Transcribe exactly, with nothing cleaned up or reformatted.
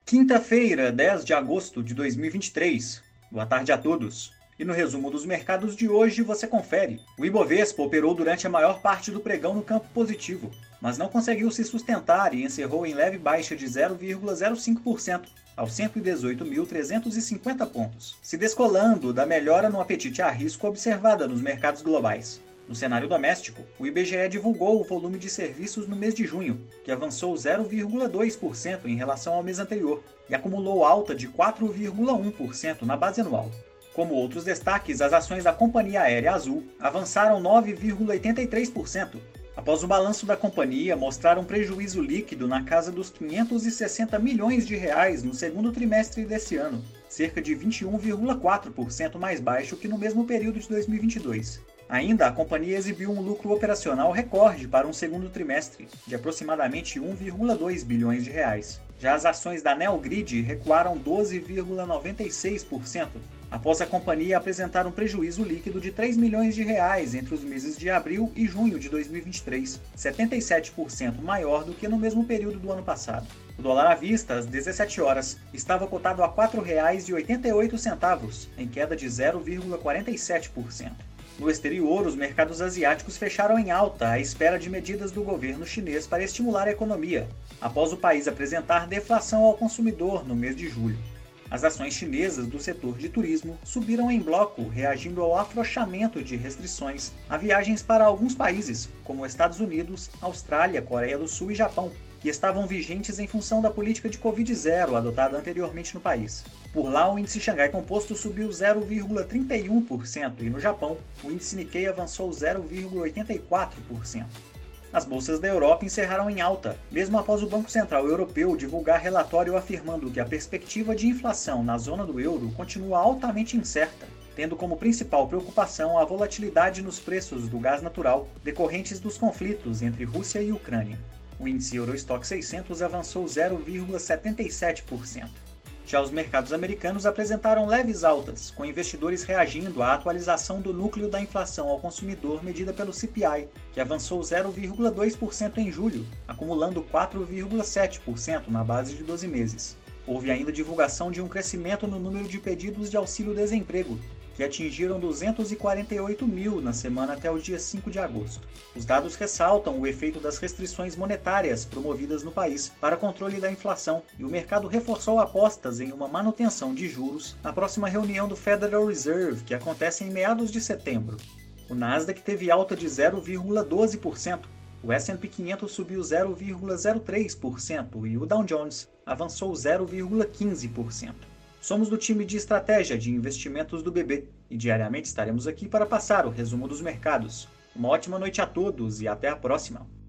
Quinta-feira, dez de agosto de dois mil e vinte e três. Boa tarde a todos. E no resumo dos mercados de hoje você confere. O Ibovespa operou durante a maior parte do pregão no campo positivo, mas não conseguiu se sustentar e encerrou em leve baixa de zero vírgula zero cinco por cento, aos cento e dezoito mil trezentos e cinquenta pontos, se descolando da melhora no apetite a risco observada nos mercados globais. No cenário doméstico, o I B G E divulgou o volume de serviços no mês de junho, que avançou zero vírgula dois por cento em relação ao mês anterior e acumulou alta de quatro vírgula um por cento na base anual. Como outros destaques, as ações da Companhia Aérea Azul avançaram nove vírgula oitenta e três por cento, após o balanço da companhia mostrar um prejuízo líquido na casa dos quinhentos e sessenta milhões de reais no segundo trimestre desse ano, cerca de vinte e um vírgula quatro por cento mais baixo que no mesmo período de dois mil e vinte e dois. Ainda, a companhia exibiu um lucro operacional recorde para um segundo trimestre, de aproximadamente um vírgula dois bilhões de reais. Já as ações da Neogrid recuaram doze vírgula noventa e seis por cento, após a companhia apresentar um prejuízo líquido de três milhões de reais entre os meses de abril e junho de dois mil e vinte e três, setenta e sete por cento maior do que no mesmo período do ano passado. O dólar à vista, às dezessete horas, estava cotado a quatro reais e oitenta e oito centavos, em queda de zero vírgula quarenta e sete por cento. No exterior, os mercados asiáticos fecharam em alta à espera de medidas do governo chinês para estimular a economia, após o país apresentar deflação ao consumidor no mês de julho. As ações chinesas do setor de turismo subiram em bloco, reagindo ao afrouxamento de restrições a viagens para alguns países, como Estados Unidos, Austrália, Coreia do Sul e Japão, que estavam vigentes em função da política de Covid zero adotada anteriormente no país. Por lá, o índice Xangai Composto subiu zero vírgula trinta e um por cento e no Japão, o índice Nikkei avançou zero vírgula oitenta e quatro por cento. As bolsas da Europa encerraram em alta, mesmo após o Banco Central Europeu divulgar relatório afirmando que a perspectiva de inflação na zona do euro continua altamente incerta, tendo como principal preocupação a volatilidade nos preços do gás natural decorrentes dos conflitos entre Rússia e Ucrânia. O índice Eurostoxx seiscentos avançou zero vírgula setenta e sete por cento. Já os mercados americanos apresentaram leves altas, com investidores reagindo à atualização do núcleo da inflação ao consumidor medida pelo C P I, que avançou zero vírgula dois por cento em julho, acumulando quatro vírgula sete por cento na base de doze meses. Houve ainda divulgação de um crescimento no número de pedidos de auxílio-desemprego, que atingiram duzentos e quarenta e oito mil na semana até o dia cinco de agosto. Os dados ressaltam o efeito das restrições monetárias promovidas no país para controle da inflação, e o mercado reforçou apostas em uma manutenção de juros na próxima reunião do Federal Reserve, que acontece em meados de setembro. O Nasdaq teve alta de zero vírgula doze por cento, o S and P quinhentos subiu zero vírgula zero três por cento e o Dow Jones avançou zero vírgula quinze por cento. Somos do time de estratégia de investimentos do B B e diariamente estaremos aqui para passar o resumo dos mercados. Uma ótima noite a todos e até a próxima!